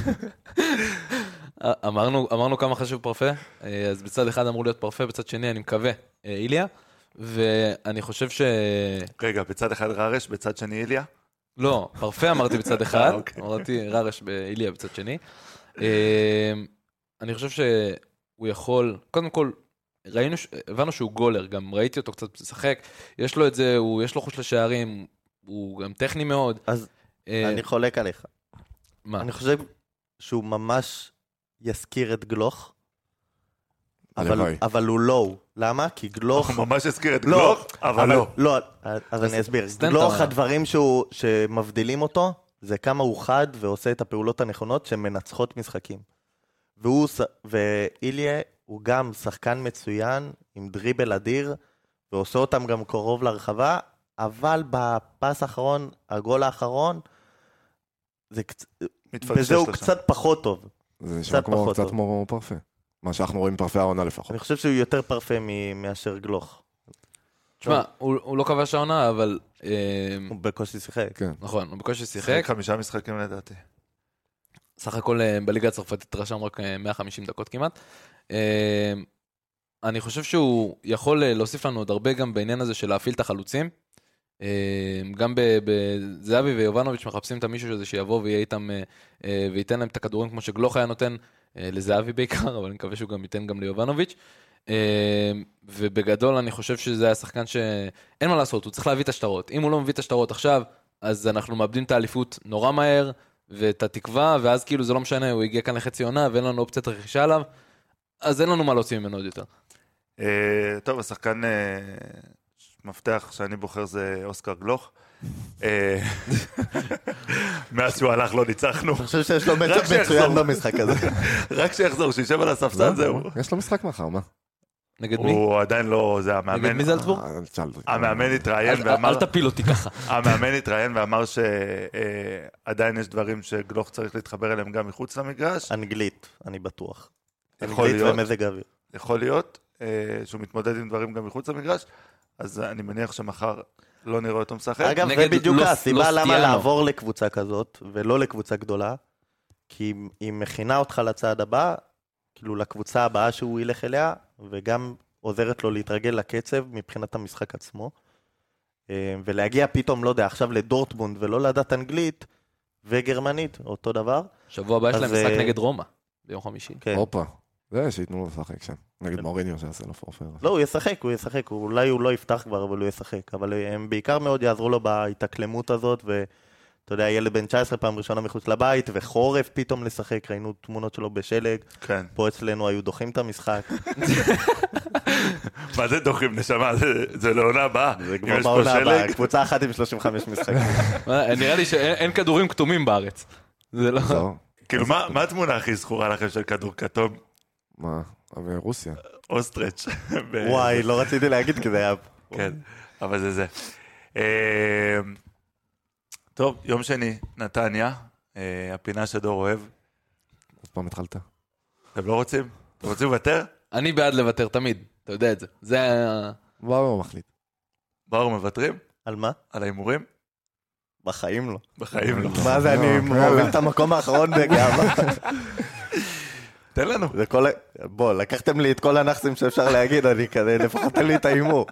אמרנו, אמרנו כמה חשוב פרפה, אה, אז בצד אחד אמור להיות פרפה, בצד שני אני מקווה אה, איליה, ואני חושב ש... רגע, בצד אחד ררש, בצד שני איליה? לא, פרפה אמרתי בצד אחד, אה, אוקיי. אמרתי ררש באיליה בצד שני. אה, אני חושב שהוא יכול, קודם כל, ראינו, ש- הבנו שהוא גולר, גם ראיתי אותו קצת משחק, יש לו את זה, הוא, יש לו חוש לשערים, הוא גם טכני מאוד. אז אה, אני חולק עליך. מה? אני חושב שהוא ממש יזכיר את גלוך, אבל, הלוואי. אבל הוא לא. למה? כי גלוך... הוא ממש הזכיר את לא, גלוך, אבל לא. לא, אז אני אסביר. סטנט גלוך, אמר. הדברים שהוא- שמבדילים אותו, זה כמה הוא חד ועושה את הפעולות הנכונות שמנצחות משחקים. והוא, ש- ואיליה הוא גם שחקן מצוין, עם דריבל אדיר, ועושה אותם גם קרוב לרחבה, אבל בפס האחרון, הגול האחרון, זה קצ... מתפקשש בזה הוא לו שם. קצת פחות טוב. זה נשמע קצת כמו- פחות קצת טוב. כמו פרפה. מה שאנחנו רואים פרפה העונה לפחות. אני חושב שהוא יותר פרפה מ- מאשר גלוך. תשמע, הוא הוא לא כבש העונה, אבל... אה, הוא בקושי שיחק. כן. נכון, הוא בקושי שיחק. שיחק חמישה משחקים לדעתי. סך הכל אה, בליגה הצרפתית רשם רק אה, מאה וחמישים דקות כמעט. אני חושב שהוא יכול להוסיף לנו עוד הרבה גם בעניין הזה של להפעיל את החלוצים. גם בזהבי ויובנוביץ' מחפשים את המישהו הזה שיבוא ויהיה איתם, וייתן להם את הכדורים כמו שגלוך היה נותן לזהבי בעיקר, אבל אני מקווה שהוא גם ייתן גם ליובנוביץ'. ובגדול אני חושב שזה היה שחקן שאין מה לעשות, הוא צריך להביא את השטרות. אם הוא לא מביא את השטרות עכשיו, אז אנחנו מאבדים את האליפות נורא מהר, ואת התקווה, ואז כאילו זה לא משנה, הוא הגיע כאן לחצי עונה, ואין לנו אופציית רכישה עליו, אז אין לנו מה להוציא ממנו עוד יותר. טוב, השחקן מפתח שאני בוחר זה אוסקר גלוך. מאז שהוא הלך לא ניצחנו. אני חושב שיש לו מצ'אפ מצוין במשחק הזה. רק שיחזור, שישב על הספסל, זהו. יש לו משחק מחר, מה? נגד מי? הוא עדיין לא, זה המאמן. נגד מי זלצבורג? המאמן התראיין ואמר... אל תפיל אותי ככה. המאמן התראיין ואמר שעדיין יש דברים שגלוך צריך להתחבר אליהם גם מחוץ למגרש. אנגלית, אני בטוח. יכול אנגלית להיות. ומזג האוויר. יכול להיות שהוא מתמודד עם דברים גם מחוץ למגרש, אז אני מניח שמחר לא נראה אותו משחק. אגב, זה בדיוק הסיבה למה לעבור לקבוצה כזאת, ולא לקבוצה גדולה, כי היא מכינה אותך לצעד הבא, כאילו לקבוצה הבאה שהוא ילך אליה, וגם עוזרת לו להתרגל לקצב מבחינת המשחק עצמו, ולהגיע פתאום, לא יודע, עכשיו לדורטמונד, ולא לדעת אנגלית וגרמנית, אותו דבר. שבוע הבא יש להם משחק נגד רומא, ביום חמישי. הופה, זה שייתנו לו לשחק שם, נגד מוריניו שעשה לו פורפר. לא, הוא ישחק, הוא ישחק, אולי הוא לא יפתח כבר, אבל הוא ישחק, אבל הם בעיקר מאוד יעזרו לו בהתאקלמות הזאת, ואתה יודע, ילד בן תשע עשרה פעם ראשונה מחוץ לבית, וחורף פתאום לשחק, ראינו תמונות שלו בשלג, כן. פה אצלנו היו דוחים את המשחק. מה זה דוחים, נשמה? זה לעונה הבאה. זה כבר בעונה הבאה, קבוצה אחת עם שלושים וחמישה משחקים. נראה לי שאין כדורים כתומים בארץ. זה לא... כאילו, מה התמונה הכי זכורה לכם של כדור כתום? מה? רוסיה. אוסטרץ'. וואי, לא רציתי להגיד כי זה היה... כן, אבל זה זה. טוב, יום שני, נתניה, הפינה שדור אוהב. עוד פעם התחלת. אתם לא רוצים? אתם רוצים לוותר? אני בעד לוותר תמיד, אתה יודע את זה. זה... ברור מחליט. ברור מוותרים? על מה? על ההימורים? בחיים לא. בחיים לא. מה זה, אני מוביל את המקום האחרון בגאווה. תן לנו. בוא, לקחתם לי את כל הנחסים שאפשר להגיד, אני כזה, לפחות תן לי את האימור.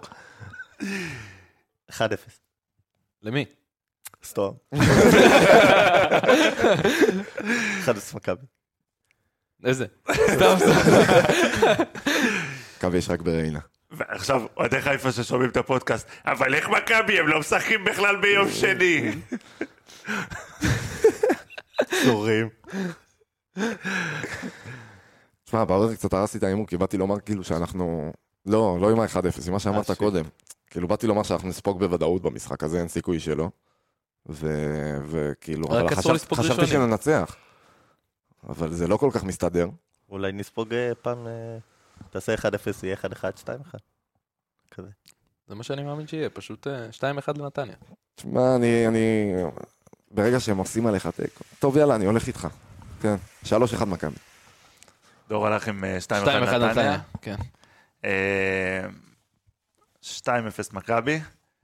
אחד אפס. למי? סתום. אחד אפס מכבי. איזה? סתם סתם. מכבי יש רק ברעינה. ועכשיו, אוהדי חיפה ששומעים את הפודקאסט, אבל איך מכבי? הם לא משחקים בכלל ביום שני. צורים. תשמע, בעוד קצת הרסתי את האימור, כי באתי לומר כאילו שאנחנו... לא, לא עם ה-אחד אפס, עם מה שאמרת קודם. כאילו באתי לומר שאנחנו נספוג בוודאות במשחק הזה, אין סיכוי שלו. וכאילו, חשבתי שננצח. אבל זה לא כל כך מסתדר. אולי נספוג פעם, תעשה אחד אפס, יהיה אחד אחד, שתיים אחד. כזה. זה מה שאני מאמין שיהיה, פשוט שתיים אחד לנתניה. תשמע, אני, אני... ברגע שהם עושים עליך תיקו. טוב, יאללה, אני הולך איתך. כן, שלוש אחד מכבי. דור הלך עם שתיים אחד נתניה. כן. שתיים אפס מכבי.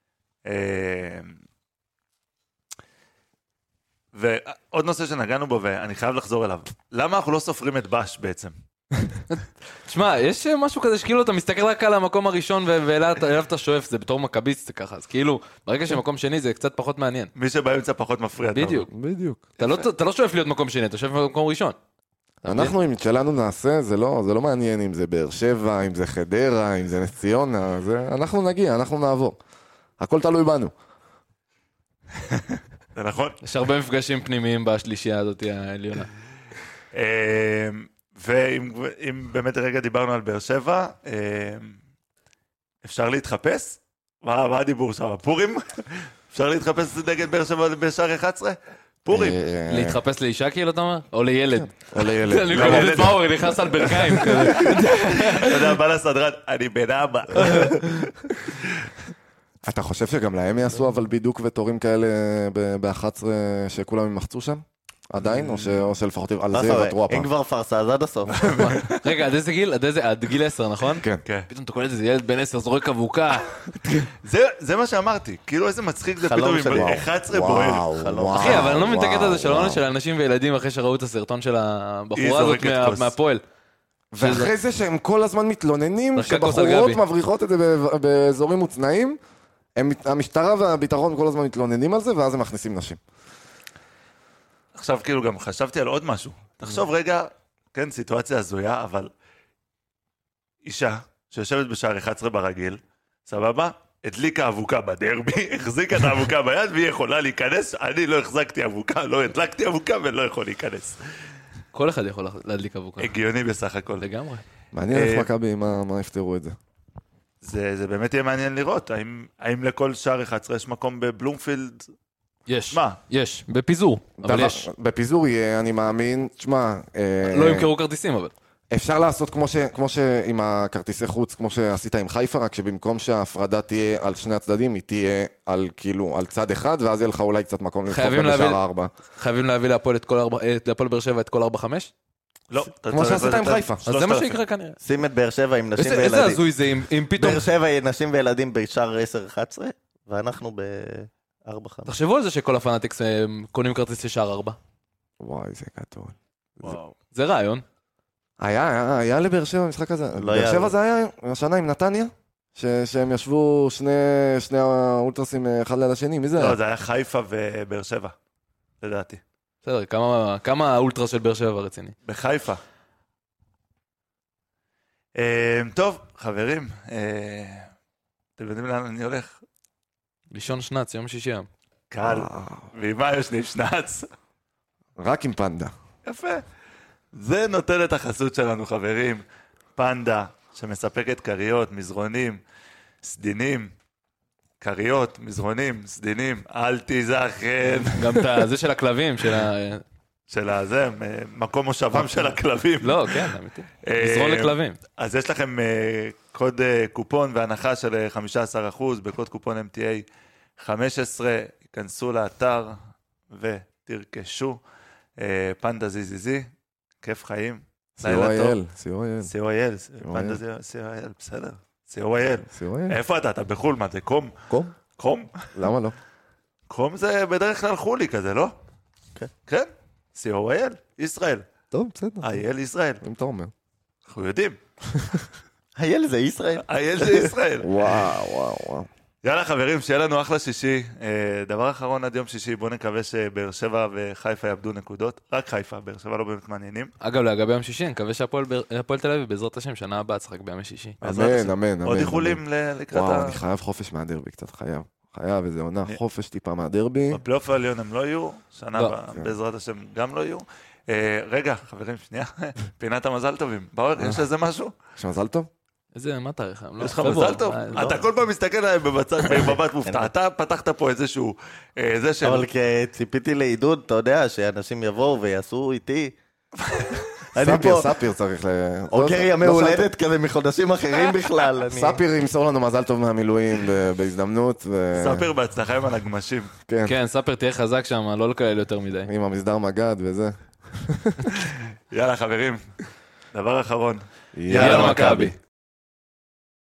ועוד נושא שנגענו בו, ואני חייב לחזור אליו. למה אנחנו לא סופרים את בש בעצם? תשמע, יש משהו כזה שכאילו אתה מסתכל רק על המקום הראשון ואליו אתה שואף, זה בתור מכביסט ככה, אז כאילו, ברגע שמקום שני זה קצת פחות מעניין. מי שבאמצע פחות מפריע. בדיוק. בדיוק. אתה לא שואף להיות מקום שני, אתה שואף במקום ראשון. אנחנו, אם שלנו נעשה, זה לא, זה לא מעניין אם זה באר שבע, אם זה חדרה, אם זה נס ציונה, זה, אנחנו נגיע, אנחנו נעבור. הכל תלוי בנו. זה נכון. יש הרבה מפגשים פנימיים בשלישייה הזאת העליונה. ואם באמת רגע דיברנו על באר שבע, אפשר להתחפש? מה הדיבור שם? פורים? אפשר להתחפש נגד באר שבע בשער אחת עשרה? פורים. להתחפש לאישה כאילו אתה אומר? או לילד? או לילד. אני קורא את פאוור, נכנס על ברכיים כזה. אתה יודע, בא לסדרן, אני בן אבא. אתה חושב שגם להם יעשו אבל בידוק ותורים כאלה ב-אחת עשרה שכולם ימחצו שם? עדיין? או שלפחות על זה יוותרו הפעם? אם כבר פרסה, אז עד הסוף. רגע, עד איזה גיל? עד גיל עשר, נכון? כן. פתאום אתה קולט איזה ילד בן עשר זורק אבוקה. זה מה שאמרתי. כאילו איזה מצחיק זה פתאום עם אחת עשרה בוער. אחי, אבל אני לא מבין את הקטע הזה של העונה של אנשים וילדים אחרי שראו את הסרטון של הבחורה הזאת מהפועל. ואחרי זה שהם כל הזמן מתלוננים, דרכה כוס על שבחורות גבי. מבריחות את זה ב- באזורים מוצנעים, הם, המשטרה והביטחון כל הזמן מתלוננים על זה, ואז הם מכניסים נשים. עכשיו כאילו גם חשבתי על עוד משהו. תחשוב רגע, כן, סיטואציה הזויה, אבל אישה שיושבת בשער אחת עשרה ברגיל, סבבה? הדליקה אבוקה בדרבי, החזיקה את האבוקה ביד והיא יכולה להיכנס, אני לא החזקתי אבוקה, לא הדלקתי אבוקה ולא יכול להיכנס. כל אחד יכול להדליק אבוקה. הגיוני בסך הכל. לגמרי. מעניין איך אה, מכבי, מה מה יפתרו את זה. זה, זה באמת יהיה מעניין לראות, האם, האם לכל שער אחת עשרה יש מקום בבלומפילד? יש. מה? יש. בפיזור. אבל דבר- יש. בפיזור יהיה, אני מאמין, תשמע, אה, לא ימכרו כרטיסים, אבל. אפשר לעשות כמו, ש, כמו שעם הכרטיסי חוץ, כמו שעשית עם חיפה, רק שבמקום שההפרדה תהיה על שני הצדדים, היא תהיה על, כאילו, על צד אחד, ואז יהיה לך אולי קצת מקום לדחוף חייבים גם בשער להביא- הארבע. חייבים להביא להפועל את כל ארבע- אה, להפועל באר שבע את כל ארבע חמש? לא. אתה כמו צריך שעשית עם לתת חיפה. אז זה שלושת מה אלפים. שיקרה כנראה. שים את באר שבע עם נשים איזה איזה וילדים. הזוי זה אם- אם פתאום... באר שבע עם נשים וילדים בשער עשר אחת עשרה, ואנחנו ב-ארבע חמש. תחשבו על זה שכל הפנאטיקס אה, קונים כרטיס לשער ארבע. וואי, זה גדול. וואו. זה רעיון. היה, היה, היה לבאר שבע משחק כזה. לא באר היה. שבע זה היה השנה עם נתניה, ש, שהם ישבו שני, שני האולטרסים אחד ליד השני, מי זה היה? לא, זה היה חיפה ובאר שבע, לדעתי. בסדר, כמה- כמה האולטרה של באר שבע רציני. בחיפה. אה, טוב, חברים, אה, אתם יודעים לאן אני הולך? לישון שנץ, יום שישי היום. קל. ועם מה יש לי שנץ? רק עם פנדה. יפה. זה נותן את החסות שלנו, חברים. פנדה, שמספקת קריות, מזרונים, סדינים, קריות, מזרונים, סדינים, אל תיזכן. גם את זה של הכלבים, של ה... של הזה, מקום מושבם של הכלבים. לא, כן, אמיתי. אה, מזרון לכלבים. אז יש לכם אה, קוד אה, קופון והנחה של אה, חמישה עשר אחוז בקוד קופון אם טי איי חמש עשרה, כנסו לאתר ותרכשו אה, פנדה זי זי זי, כיף חיים, לילה טוב. סי או איי אל. סי או איי אל, פנדה סי או איי אל, בסדר, סי או איי אל. סי או איי אל. איפה אתה? אתה בחול, מה זה קום? קום? קום? למה לא? קום זה בדרך כלל חולי כזה, לא? כן. כן, סי או איי אל, ישראל, טוב, בסדר. איי אל ישראל, אם אתה אומר. אנחנו יודעים, הייל זה ישראל. איי אל זה ישראל. וואו, וואו, וואו. יאללה חברים, שיהיה לנו אחלה שישי. אה, דבר אחרון עד יום שישי, בואו נקווה שבאר שבע וחיפה יאבדו נקודות. רק חיפה, באר שבע לא באמת מעניינים. אגב, לגבי יום שישי, אני מקווה שהפועל באר- הפועל תל אביב, בעזרת השם, שנה הבאה תשחק בימי שישי. בעזרת אמן, השם. אמן, אמן. עוד איחולים אמן. ל- לקראת וואו, ה... אני חייב חופש מהדרבי, קצת חייב. חייב, איזה עונה, אני- חופש טיפה מהדרבי. בפלייאוף העליון הם לא יהיו, שנה לא. הבאה, בעזרת השם גם לא יהיו. אה, רגע, חברים, שנייה, פינת המזל טובים. באואר, יש לזה משהו? יש מזל טוב? איזה, מה תאריך? היום? לא, יש לך פברואר. מזל טוב? אה, לא. אתה כל פעם מסתכל עליהם במצב- במבט מופתע. אתה פתחת פה איזשהו... אה, זה של... אבל ציפיתי לעידוד, אתה יודע, שאנשים יבואו ויעשו איתי. אני ספיר, פה ספיר צריך ל... עוקר לא- ימי לא הולדת כזה מחודשים אחרים בכלל. אני- ספיר ימסור לנו מזל טוב מהמילואים ב- בהזדמנות, ו... ספר בהצלחה עם הנגמשים. כן, כן, ספר תהיה חזק שם, לא לקלל יותר מדי. עם המסדר מגד וזה. יאללה חברים, דבר אחרון. יאללה מכבי.